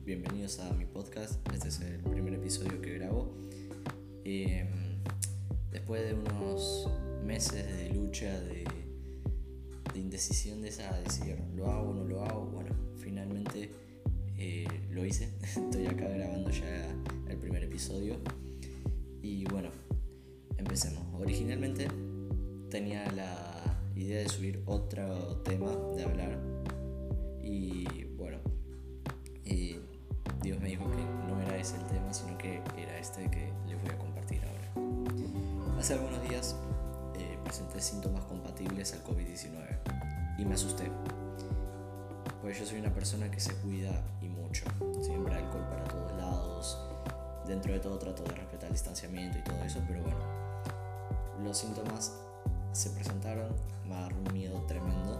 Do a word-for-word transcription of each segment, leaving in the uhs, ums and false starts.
bienvenidos a mi podcast. Este es el primer episodio que grabo. Eh, después de unos meses de lucha, de, de indecisión de esa, decir, ¿lo hago o no lo hago? Bueno, finalmente eh, lo hice. Estoy acá grabando ya el primer episodio. Y bueno, empecemos. Originalmente tenía la idea de subir otro tema, de hablar. Y bueno, y Dios me dijo que no era ese el tema, sino que era este que les voy a compartir ahora. Hace algunos días eh, presenté síntomas compatibles al covid diecinueve y me asusté, pues yo soy una persona que se cuida y mucho, siempre alcohol para todos lados, dentro de todo trato de respetar el distanciamiento y todo eso, pero bueno, los síntomas se presentaron, me agarró un miedo tremendo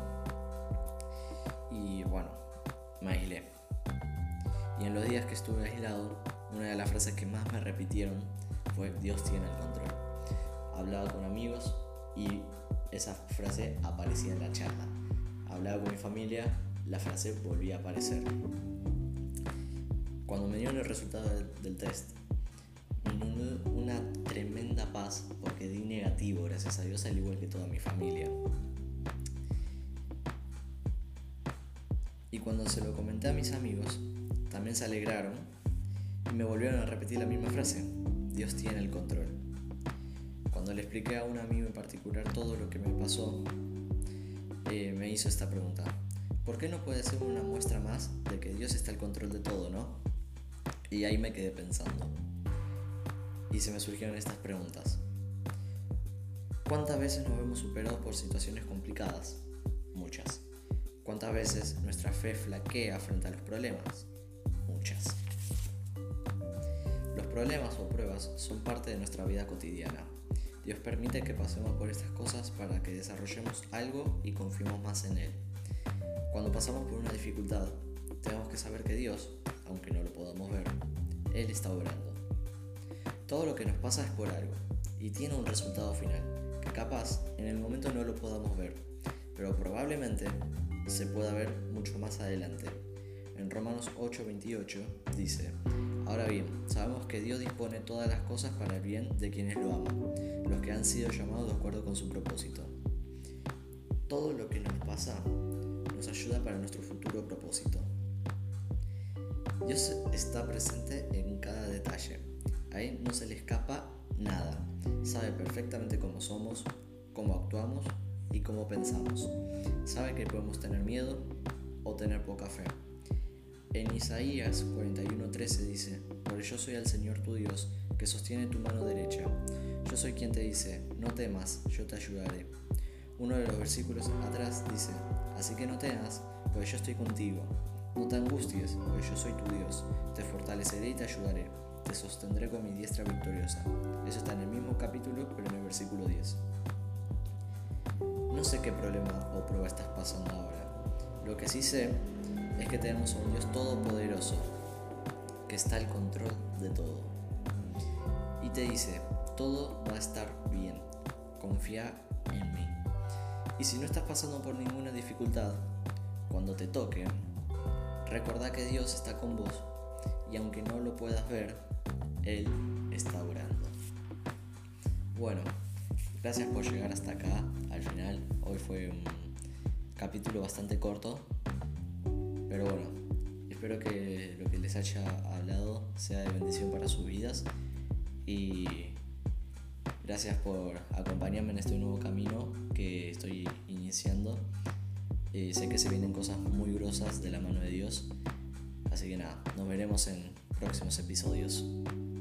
y bueno, me aislé. Y en los días que estuve aislado, una de las frases que más me repitieron fue Dios tiene el control. Hablaba con amigos y esa frase aparecía en la charla. Hablaba con mi familia, la frase volvía a aparecer. Cuando me dieron el resultado del, del test, me inundó una tremenda paz porque di negativo, gracias a Dios, al igual que toda mi familia. Y cuando se lo comenté a mis amigos, también se alegraron y me volvieron a repetir la misma frase: Dios tiene el control. Cuando le expliqué a un amigo en particular todo lo que me pasó, eh, me hizo esta pregunta: ¿por qué no puede ser una muestra más de que Dios está al control de todo, no? Y ahí me quedé pensando y se me surgieron estas preguntas. ¿Cuántas veces nos vemos superados por situaciones complicadas? Muchas. ¿Cuántas veces nuestra fe flaquea frente a los problemas? Muchas. Los problemas o pruebas son parte de nuestra vida cotidiana. Dios permite que pasemos por estas cosas para que desarrollemos algo y confiemos más en Él. Cuando pasamos por una dificultad, tenemos que saber que Dios, aunque no lo podamos ver, Él está obrando. Todo lo que nos pasa es por algo y tiene un resultado final, que capaz en el momento no lo podamos ver, pero probablemente se pueda ver mucho más adelante. En Romanos ocho veintiocho dice: ahora bien, sabemos que Dios dispone todas las cosas para el bien de quienes lo aman, los que han sido llamados de acuerdo con su propósito. Todo lo que nos pasa nos ayuda para nuestro futuro propósito. Dios está presente en cada detalle. A Él no se le escapa nada. Sabe perfectamente cómo somos, cómo actuamos y cómo pensamos. Sabe que podemos tener miedo o tener poca fe. En Isaías cuarenta y uno trece dice: porque yo soy el Señor tu Dios, que sostiene tu mano derecha. Yo soy quien te dice: no temas, yo te ayudaré. Uno de los versículos atrás dice: así que no temas, pues yo estoy contigo. No te angusties, pues yo soy tu Dios. Te fortaleceré y te ayudaré. Te sostendré con mi diestra victoriosa. Eso está en el mismo capítulo, pero en el versículo diez. No sé qué problema o prueba estás pasando ahora. Lo que sí sé es que tenemos a un Dios todopoderoso que está al control de todo. Y te dice: todo va a estar bien. Confía en mí. Y si no estás pasando por ninguna dificultad, cuando te toque, recordá que Dios está con vos y aunque no lo puedas ver, Él está orando. Bueno, gracias por llegar hasta acá, al final. Hoy fue un capítulo bastante corto, pero bueno, espero que lo que les haya hablado sea de bendición para sus vidas y gracias por acompañarme en este nuevo camino que estoy iniciando. Eh, sé que se vienen cosas muy grosas de la mano de Dios, así que nada, nos veremos en próximos episodios.